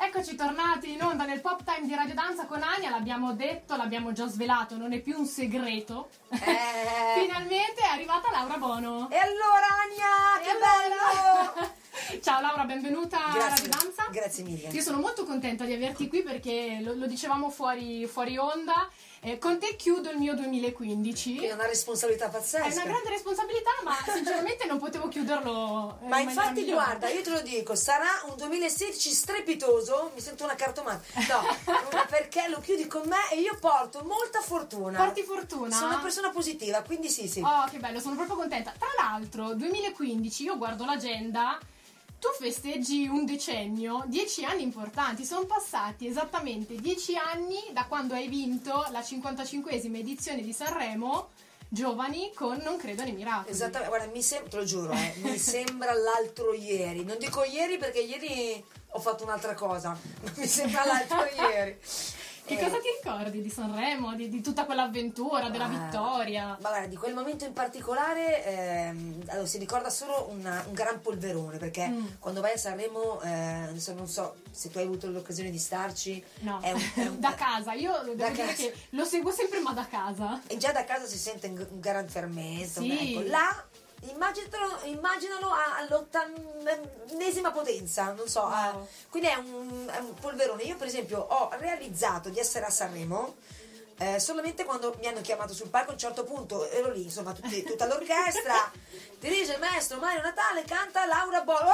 Eccoci tornati in onda nel Pop Time di Radio Danza con Ania, l'abbiamo detto, l'abbiamo già svelato, non è più un segreto. Finalmente è arrivata Laura Bono. E allora Ania, che bello! Ciao Laura, benvenuta a Radio Danza. Grazie mille. Io sono molto contenta di averti qui perché lo dicevamo fuori onda. Con te chiudo il mio 2015. È una responsabilità pazzesca. È una grande responsabilità, ma sinceramente non potevo chiuderlo. Ma infatti guarda, io te lo dico, sarà un 2016 strepitoso, mi sento una cartomante. No, perché lo chiudi con me e io porto molta fortuna. Porti fortuna? Sono una persona positiva, quindi sì. Oh, che bello, sono proprio contenta. Tra l'altro, 2015, io guardo l'agenda. Tu festeggi un decennio, 10 anni importanti, sono passati esattamente 10 anni da quando hai vinto la 55esima edizione di Sanremo, Giovani, con Non credo nei miracoli. Esattamente, guarda, te lo giuro, mi sembra l'altro ieri, non dico ieri perché ieri ho fatto un'altra cosa, ma mi sembra l'altro ieri. Che cosa ti ricordi di Sanremo, di tutta quell'avventura, della vittoria? Vabbè, di quel momento in particolare allora, si ricorda solo un gran polverone, perché quando vai a Sanremo, non so se tu hai avuto l'occasione di starci. No, da casa, io devo dire che lo seguo sempre ma da casa. E già da casa si sente un gran fermento, sì. Ecco, là immaginalo all'80esima potenza, non so, wow. Quindi è un polverone. Io per esempio ho realizzato di essere a Sanremo solamente quando mi hanno chiamato sul palco. A un certo punto ero lì, insomma, tutta l'orchestra, dirige il maestro Mario Natale, canta Laura Bono,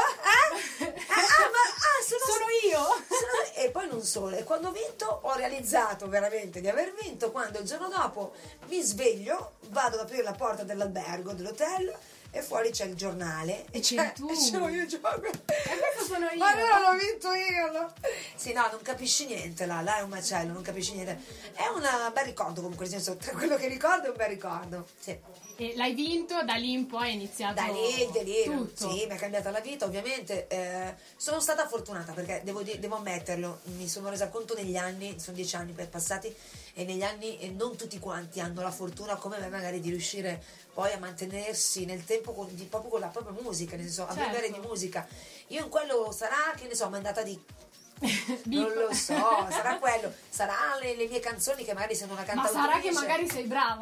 sono io. E poi non solo, e quando ho vinto ho realizzato veramente di aver vinto quando il giorno dopo mi sveglio, vado ad aprire la porta dell'albergo, dell'hotel, e fuori c'è il giornale e c'è tu. Io e questo sono io. Ma allora l'ho vinto io, no? Sì, no, non capisci niente là è un macello, non capisci niente. È un bel ricordo comunque, nel senso, tra quello che ricordo è un bel ricordo, sì. E l'hai vinto, da lì in poi è iniziato da lì il delirio, tutto. Sì, mi è cambiata la vita ovviamente. Sono stata fortunata perché devo ammetterlo, mi sono resa conto negli anni, sono 10 anni passati, e negli anni non tutti quanti hanno la fortuna come me magari di riuscire poi a mantenersi nel tempo proprio con la propria musica, nel senso, a vivere di musica. Io in quello sarà, che ne so, mi è andata di non lo so, sarà quello, sarà le mie canzoni che magari sono una cantautrice. Ma sarà che magari sei brava.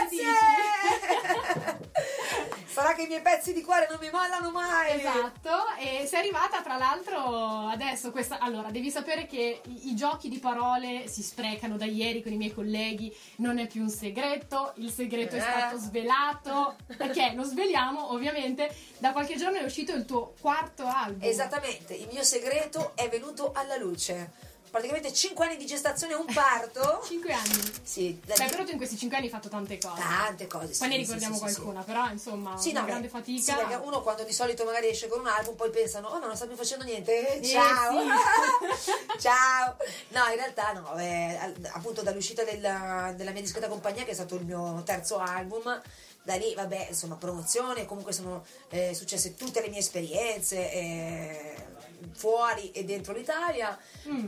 Grazie! Sarà che i miei pezzi di cuore non mi mollano mai. Esatto. E sei arrivata tra l'altro adesso allora devi sapere che i giochi di parole si sprecano da ieri con i miei colleghi. Non è più un segreto, il segreto è stato svelato, perché lo sveliamo ovviamente. Da qualche giorno è uscito il tuo quarto album. Esattamente, il mio segreto è venuto alla luce. Praticamente 5 anni di gestazione, un parto. 5 anni? Sì. Però tu in questi 5 anni hai fatto tante cose. Tante cose, Poi ne ricordiamo qualcuna, però insomma, una grande fatica. Sì, perché uno quando di solito magari esce con un album poi pensano, ma non sta più facendo niente. Ciao! Sì. Ciao! No, in realtà no, appunto dall'uscita della mia discreta compagnia, che è stato il mio terzo album, da lì, vabbè, insomma, promozione, comunque sono successe tutte le mie esperienze fuori e dentro l'Italia,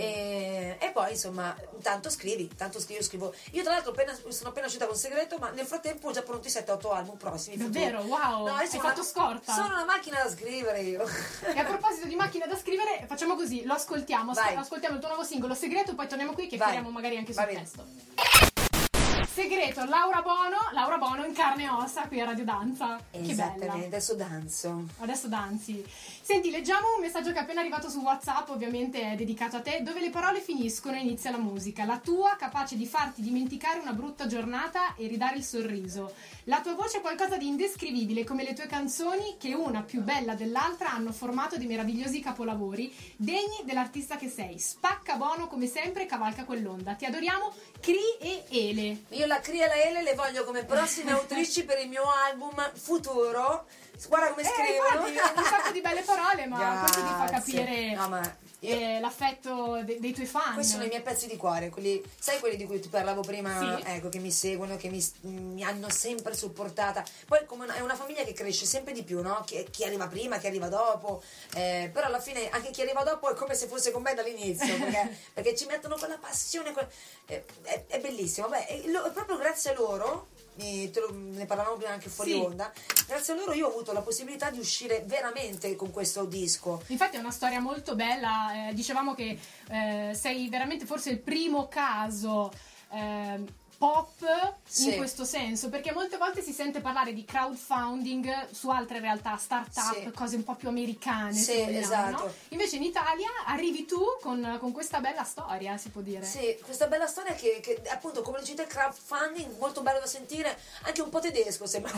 e poi insomma tanto scrivo. Io tra l'altro sono appena uscita con Segreto, ma nel frattempo ho già pronti 7-8 album prossimi. Davvero? Wow! No, hai fatto scorta. Sono una macchina da scrivere io. E a proposito di macchina da scrivere, facciamo così, lo ascoltiamo il tuo nuovo singolo Segreto, poi torniamo qui che chiariamo magari anche sul testo. Segreto, Laura Bono in carne e ossa qui a Radio Danza. Esattamente, che bella. Adesso danzi. Senti, leggiamo un messaggio che è appena arrivato su WhatsApp, ovviamente è dedicato a te, dove le parole finiscono e inizia la musica. La tua, capace di farti dimenticare una brutta giornata e ridare il sorriso. La tua voce è qualcosa di indescrivibile, come le tue canzoni, che una più bella dell'altra hanno formato dei meravigliosi capolavori, degni dell'artista che sei. Spacca Bono come sempre, cavalca quell'onda. Ti adoriamo, Cri e Ele. Io la Cri e la Ele le voglio come prossime autrici per il mio album futuro. Guarda come scrivono. Infatti, un sacco di belle parole, ma questo ti fa capire l'affetto dei tuoi fan. Questi sono i miei pezzi di cuore, quelli di cui ti parlavo prima, sì. Ecco, che mi seguono, che mi hanno sempre supportata. Poi è una famiglia che cresce sempre di più, no? Chi arriva prima, chi arriva dopo, però alla fine anche chi arriva dopo è come se fosse con me dall'inizio, perché ci mettono quella passione, è bellissimo. Beh, proprio grazie a loro ne parlavamo prima anche fuori onda, grazie a loro io ho avuto la possibilità di uscire veramente con questo disco. Infatti è una storia molto bella, dicevamo che sei veramente forse il primo caso pop in questo senso, perché molte volte si sente parlare di crowdfunding su altre realtà, start-up, cose un po' più americane, se vogliamo, esatto. no? Invece in Italia arrivi tu con questa bella storia, si può dire. Sì, questa bella storia che appunto, come dici te, crowdfunding, molto bello da sentire, anche un po' tedesco sembra.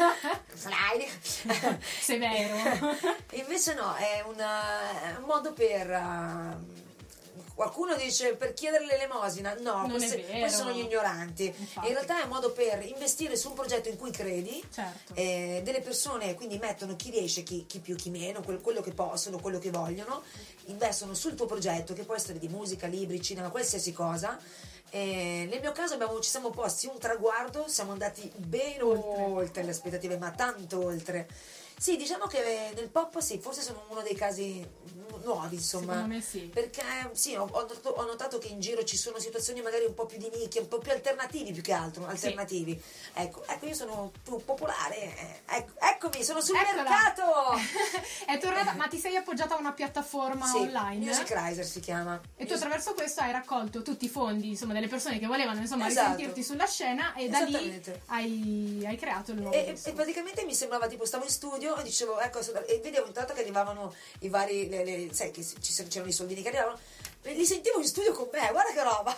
Severo. Invece no, è un modo per... Qualcuno dice per chiedere l'elemosina, no, questi sono gli ignoranti. Infatti. In realtà è un modo per investire su un progetto in cui credi, certo. Delle persone quindi mettono chi riesce, chi più, chi meno, quello che possono, quello che vogliono, investono sul tuo progetto, che può essere di musica, libri, cinema, qualsiasi cosa. Nel mio caso ci siamo posti un traguardo, siamo andati ben oltre le aspettative, ma tanto oltre. Sì, diciamo che nel pop forse sono uno dei casi nuovi, insomma. Secondo me sì. Perché sì, ho notato che in giro ci sono situazioni magari un po' più di nicchia, un po' più alternativi più che altro, alternativi. Sì. Ecco, io sono più popolare, eccomi, sono sul mercato! È tornata, ma ti sei appoggiata a una piattaforma online? Musicalizer si chiama. E tu attraverso questo hai raccolto tutti i fondi, insomma, delle persone che volevano, insomma, esatto. risentirti sulla scena, e da lì hai creato il nuovo disco. E praticamente mi sembrava tipo stavo in studio e dicevo e vedevo intanto che arrivavano i vari sai che c'erano i soldini che arrivavano, li sentivo in studio con me, guarda che roba,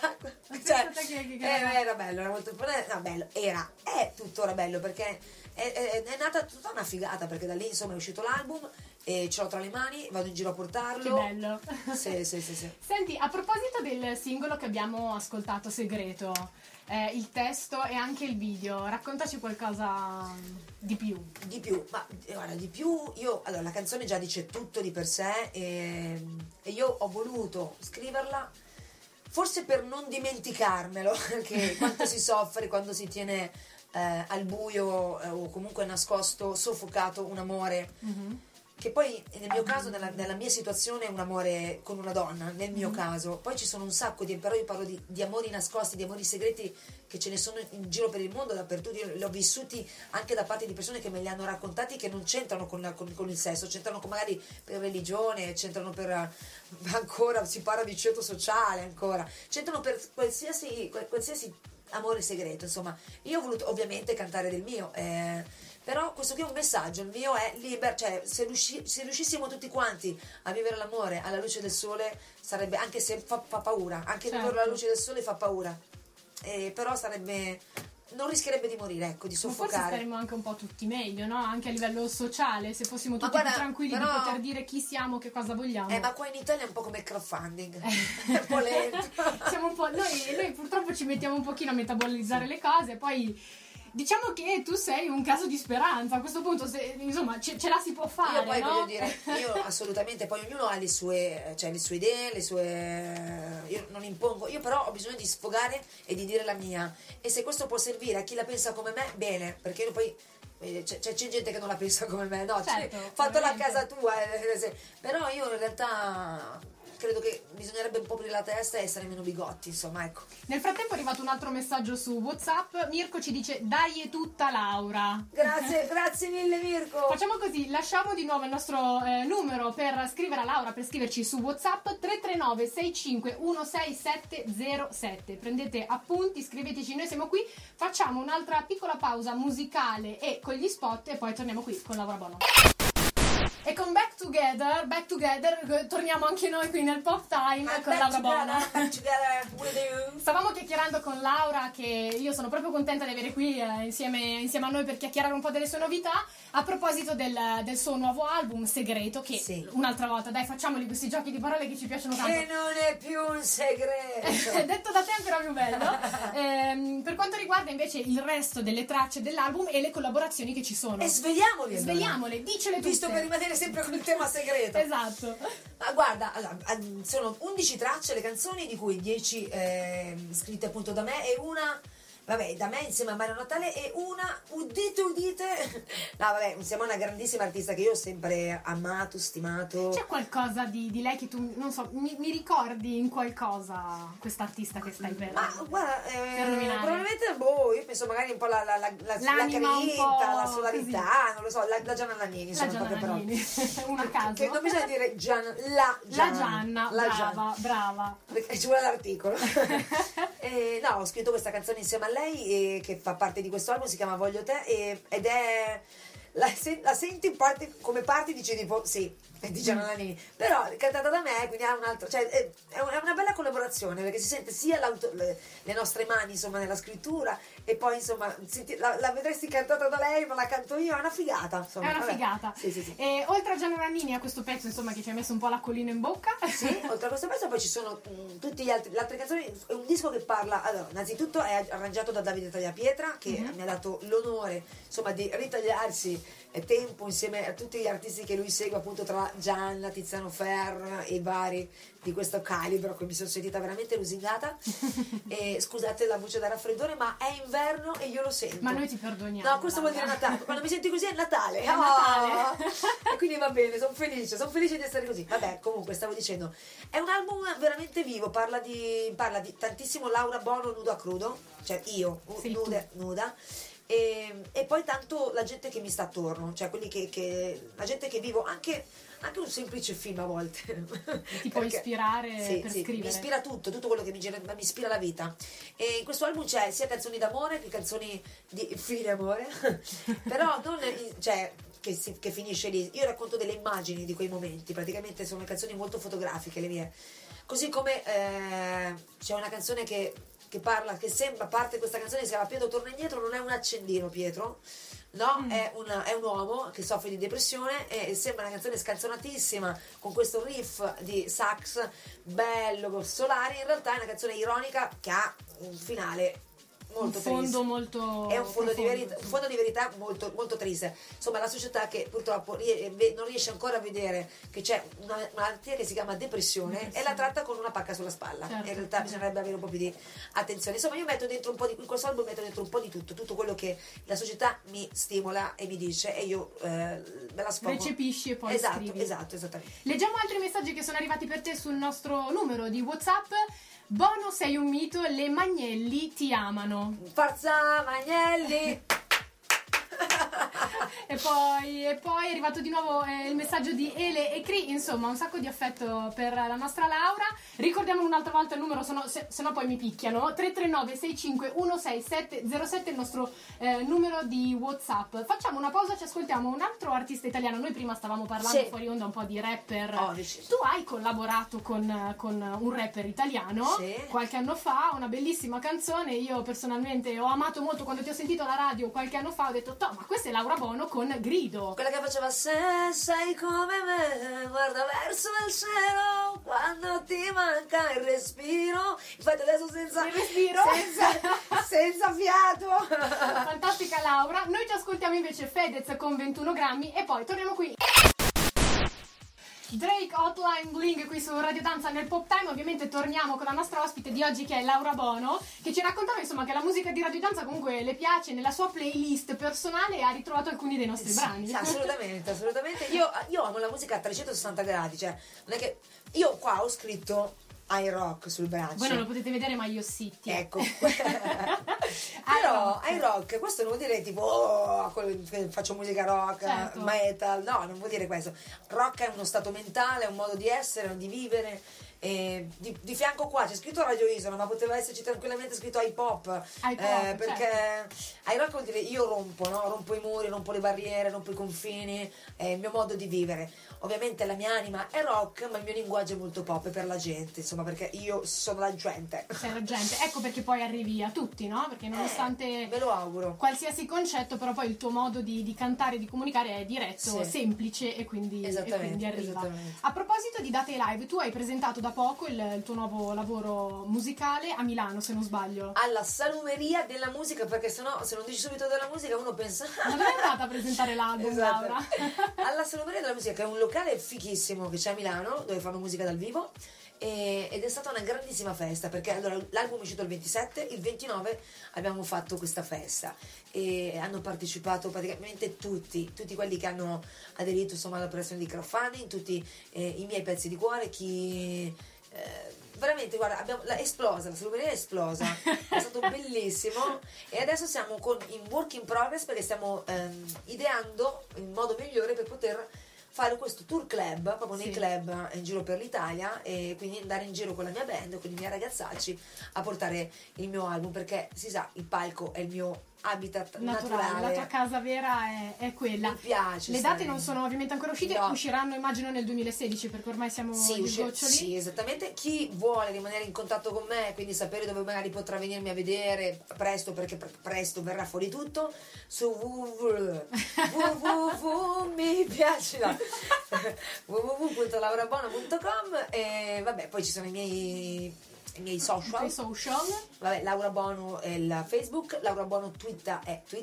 era bello, era molto bello, è tuttora bello, perché è nata tutta una figata, perché da lì insomma è uscito l'album e ce l'ho tra le mani, vado in giro a portarlo. Che bello. Sì. Senti, a proposito del singolo che abbiamo ascoltato, Segreto, il testo e anche il video, raccontaci qualcosa di più. Ma guarda, allora la canzone già dice tutto di per sé, e io ho voluto scriverla forse per non dimenticarmelo, perché quanto si soffre quando si tiene al buio o comunque nascosto, soffocato un amore. Mm-hmm. Che poi nel mio caso, nella mia situazione, è un amore con una donna, nel mio caso. Poi ci sono un sacco però io parlo di amori nascosti, di amori segreti, che ce ne sono in giro per il mondo, dappertutto. Io li ho vissuti anche da parte di persone che me li hanno raccontati, che non c'entrano con il sesso, c'entrano magari per religione, c'entrano per ancora si parla di ceto sociale, ancora c'entrano per qualsiasi amore segreto, insomma. Io ho voluto ovviamente cantare del mio, però questo qui è un messaggio, il mio è libero, cioè se riuscissimo tutti quanti a vivere l'amore alla luce del sole, sarebbe, anche se fa paura, anche vivere alla luce del sole fa paura, però non rischierebbe di morire, ecco, di soffocare. Ma forse staremmo anche un po' tutti meglio, no? Anche a livello sociale, se fossimo tutti più tranquilli di poter dire chi siamo, che cosa vogliamo. Ma qua in Italia è un po' come crowdfunding, è un po' lento. Siamo un po', noi purtroppo ci mettiamo un pochino a metabolizzare le cose, poi diciamo che tu sei un caso di speranza a questo punto, insomma ce la si può fare. Io poi no? voglio dire, io assolutamente, poi ognuno ha le sue idee, io non impongo, io però ho bisogno di sfogare e di dire la mia, e se questo può servire a chi la pensa come me, bene, perché io poi c'è gente che non la pensa come me, no, certo, fatela a casa tua, però io in realtà credo che bisognerebbe un po' aprire la testa e essere meno bigotti, insomma, ecco. Nel frattempo è arrivato un altro messaggio su WhatsApp. Mirko ci dice: dai, è tutta Laura. Grazie mille Mirko. Facciamo così, lasciamo di nuovo il nostro numero per scrivere a Laura, per scriverci su WhatsApp: 339 65 16707. Prendete appunti, scriveteci, noi siamo qui, facciamo un'altra piccola pausa musicale e con gli spot e poi torniamo qui con Laura Bono. E con Back Together torniamo anche noi qui nel Pop Time con Laura Bono. Stavamo chiacchierando con Laura, che io sono proprio contenta di avere qui insieme a noi per chiacchierare un po' delle sue novità, a proposito del suo nuovo album Segreto, che un'altra volta, dai, facciamoli questi giochi di parole che ci piacciono tanto. Che non è più un segreto. Detto da te ancora più bello. Per quanto riguarda invece il resto delle tracce dell'album e le collaborazioni che ci sono. E svegliamole, dicele tutte. Visto per rimanere sempre con il tema segreto. Esatto. Ma guarda, allora, sono 11 tracce le canzoni, di cui 10 scritte appunto da me e una Vabbè, da me insieme a Mario Natale e una, udite, no vabbè, siamo una grandissima artista che io ho sempre amato, stimato. C'è qualcosa di lei che tu, non so, mi ricordi in qualcosa quest'artista che stai per Ma guarda, nominare? probabilmente, io penso magari un po' la L'anima un grinta, po' la solarità, così. non lo so, la Gianna Nannini, La sono Gianna poche parole. Nannini, una caso. Che non bisogna dire La Gianna, brava. Perché ci vuole l'articolo. No, ho scritto questa canzone insieme a lei che fa parte di questo album, si chiama Voglio te ed è la senti in parte, come parte dici tipo sì, di Gianna Nannini, però cantata da me, quindi ha un altro, cioè è una bella collaborazione perché si sente sia le nostre mani insomma nella scrittura e poi insomma la vedresti cantata da lei ma la canto io, è una figata insomma. È una figata. Sì. E oltre a Gianna Nannini a questo pezzo insomma che ci ha messo un po' l'acquolina in bocca, sì, oltre a questo pezzo poi ci sono tutti le altre canzoni. È un disco che parla, allora innanzitutto è arrangiato da Davide Tagliapietra che mi ha dato l'onore insomma di ritagliarsi tempo insieme a tutti gli artisti che lui segue, appunto tra Gianna, Tiziano Ferro e vari di questo calibro, che mi sono sentita veramente lusingata. E scusate la voce da raffreddore, ma è inverno e io lo sento. ma noi ti perdoniamo. No, questo vuol dire Natale. Quando mi senti così è Natale. È Natale. E quindi va bene, sono felice di essere così. Vabbè, comunque stavo dicendo, è un album veramente vivo, parla di tantissimo Laura Bono nudo a crudo, cioè io nuda. E poi tanto la gente che mi sta attorno, cioè quelli la gente che vivo, anche un semplice film a volte ti può ispirare per sì, scrivere. mi ispira tutto quello che mi ispira la vita. E in questo album c'è sia canzoni d'amore che canzoni di fine amore però non cioè che finisce lì. Io racconto delle immagini di quei momenti, praticamente sono canzoni molto fotografiche le mie, così come c'è una canzone che parla, che sembra parte questa canzone, si chiama Pietro torna indietro, non è un accendino Pietro, no, è un uomo che soffre di depressione e sembra una canzone scanzonatissima con questo riff di sax bello, solare, in realtà è una canzone ironica che ha un finale molto un fondo triste. molto È un fondo di verità molto, molto triste. Insomma, la società che purtroppo non riesce ancora a vedere che c'è una malattia che si chiama depressione e la tratta con una pacca sulla spalla. Certo. In realtà bisognerebbe avere un po' più di attenzione. Insomma, io metto dentro un po' in questo album metto dentro un po' di tutto quello che la società mi stimola e mi dice e io me la sfogo. Recepisci e poi scrivi. Esatto, esattamente. Leggiamo altri messaggi che sono arrivati per te sul nostro numero di WhatsApp. Bono sei un mito, le Magnelli ti amano. Forza Magnelli! E poi è arrivato di nuovo il messaggio di Ele e Cri, insomma un sacco di affetto per la nostra Laura. Ricordiamo un'altra volta il numero, se no poi mi picchiano, 339 65 16707 il nostro numero di WhatsApp. Facciamo una pausa, ci ascoltiamo un altro artista italiano. Noi prima stavamo parlando fuori onda un po' di rapper. Tu hai collaborato con un rapper italiano qualche anno fa, una bellissima canzone. Io personalmente ho amato molto quando ti ho sentito alla radio qualche anno fa, ho detto ma questa è Laura Bono con Grido, quella che faceva se sei come me guarda verso il cielo quando ti manca il respiro. Infatti adesso senza fiato. Fantastica Laura. Noi ci ascoltiamo invece Fedez con 21 grammi e poi torniamo qui. Drake Hotline Bling qui su Radio Danza nel Pop Time. Ovviamente torniamo con la nostra ospite di oggi che è Laura Bono, che ci raccontava insomma che la musica di Radio Danza comunque le piace, nella sua playlist personale ha ritrovato alcuni dei nostri brani. Sì, assolutamente. Io amo la musica a 360 gradi, cioè non è che io qua ho scritto I rock sul braccio. Voi non lo potete vedere ma io sì. Ecco. Però I rock, questo non vuol dire tipo faccio musica rock, certo, metal, no, non vuol dire questo. Rock è uno stato mentale, è un modo di essere, di vivere. Di fianco qua c'è scritto Radio Isola, ma poteva esserci tranquillamente scritto hip hop, perché I rock vuol dire io rompo i muri, rompo le barriere, rompo i confini, è il mio modo di vivere. Ovviamente la mia anima è rock, ma il mio linguaggio è molto pop, è per la gente, insomma, perché io sono la gente. Sei la gente, ecco perché poi arrivi a tutti, no? Perché nonostante me lo auguro, qualsiasi concetto, però poi il tuo modo di cantare, di comunicare è diretto, semplice e quindi arriva. A proposito di date live, tu hai presentato da poco il tuo nuovo lavoro musicale a Milano, se non sbaglio. Alla Salumeria della Musica, perché sennò se non dici subito della musica uno pensa Ma dove è andata a presentare l'album, esatto. Laura? Alla Salumeria della Musica, che è un locale fighissimo che c'è a Milano, dove fanno musica dal vivo, ed è stata una grandissima festa, perché allora l'album è uscito il 27, il 29 abbiamo fatto questa festa e hanno partecipato praticamente tutti quelli che hanno aderito insomma alla operazione di crowdfunding, tutti i miei pezzi di cuore, veramente guarda, è esplosa, la Salumeria è esplosa, è stato bellissimo, e adesso siamo in work in progress, perché stiamo ideando il modo migliore per poter fare questo tour club, proprio nei club in giro per l'Italia, e quindi andare in giro con la mia band, con i miei ragazzacci a portare il mio album, perché si sa, il palco è il mio habitat naturale. La tua casa vera è quella. Mi piace. Le date non sono ovviamente ancora uscite, no. Usciranno immagino nel 2016, perché ormai siamo agli sgoccioli. Sì, esattamente. Chi vuole rimanere in contatto con me, quindi sapere dove magari potrà venirmi a vedere presto, perché presto verrà fuori tutto, su mi piace no. www.laurabono.com, e vabbè, poi ci sono i miei social. Vabbè, Laura Bono è il Facebook, Laura Bono Twitter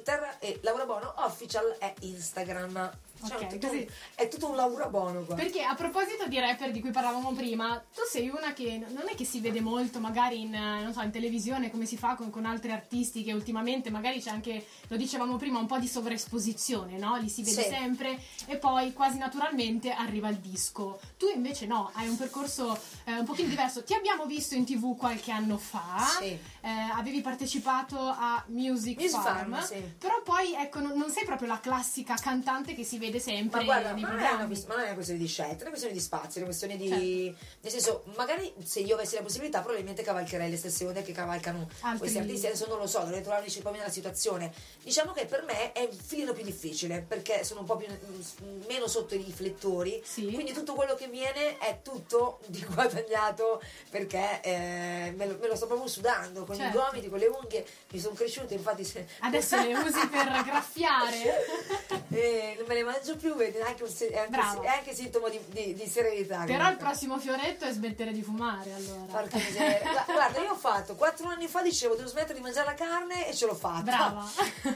e Laura Bono Official è Instagram. Cioè, è tutto un Laura Bono qua. Perché a proposito di rapper di cui parlavamo prima, tu sei una che non è che si vede molto magari in televisione, come si fa con altri artisti, che ultimamente magari c'è anche, lo dicevamo prima, un po' di sovraesposizione, no? Li si vede sempre e poi quasi naturalmente arriva il disco. Tu invece no, hai un percorso un pochino diverso. Ti abbiamo visto in TV qualche anno fa, avevi partecipato a Music Farm, però poi ecco non sei proprio la classica cantante che si vede sempre. Ma guarda, nei ma non è una questione di scelta, è una questione di spazio, è una questione di nel senso, magari se io avessi la possibilità probabilmente cavalcherei le stesse onde che cavalcano questi artisti. Adesso non lo so, dovrei trovarmi poi nella situazione. Diciamo che per me è un filino più difficile, perché sono un po' meno sotto i riflettori, quindi tutto quello che viene è tutto di guadagnato, perché me lo sto proprio sudando con i gomiti, con le unghie, mi sono cresciute, infatti adesso le usi per graffiare non me le mangio più, vedi, è anche sintomo di serenità. Però comunque il prossimo fioretto è smettere di fumare, allora. Guarda, io ho fatto 4 anni fa, dicevo devo smettere di mangiare la carne, e ce l'ho fatta. Brava.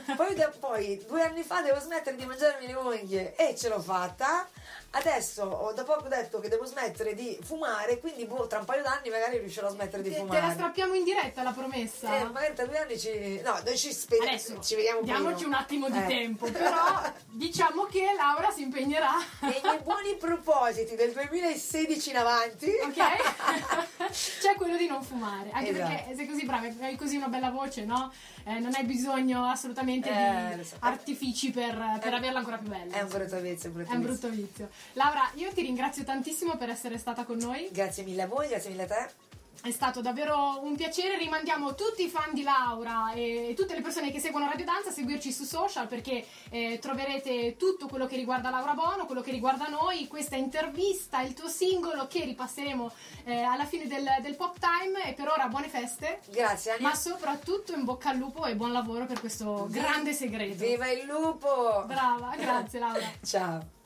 Poi 2 anni fa devo smettere di mangiarmi le unghie, e ce l'ho fatta. Adesso ho da poco detto che devo smettere di fumare, quindi tra un paio d'anni magari riuscirò a smettere di fumare. Te la strappiamo in diretta la promessa. Magari tra 2 anni noi ci vediamo prima. Diamoci un attimo di tempo, però diciamo che Laura si impegnerà. E i miei buoni propositi del 2016 in avanti, ok? C'è quello di non fumare, anche perché sei così brava, hai così una bella voce, no? Non hai bisogno assolutamente di artifici per averla ancora più bella. È un brutto vizio. È un brutto vizio. Laura, io ti ringrazio tantissimo per essere stata con noi. Grazie mille a voi, grazie mille a te. È stato davvero un piacere. Rimandiamo tutti i fan di Laura e tutte le persone che seguono Radio Danza a seguirci su social, perché troverete tutto quello che riguarda Laura Bono, quello che riguarda noi, questa intervista, il tuo singolo che ripasseremo alla fine del Pop Time. E per ora buone feste. Grazie Ania. Ma soprattutto in bocca al lupo e buon lavoro per questo grande segreto. Viva il lupo! Brava, grazie Laura. Ciao.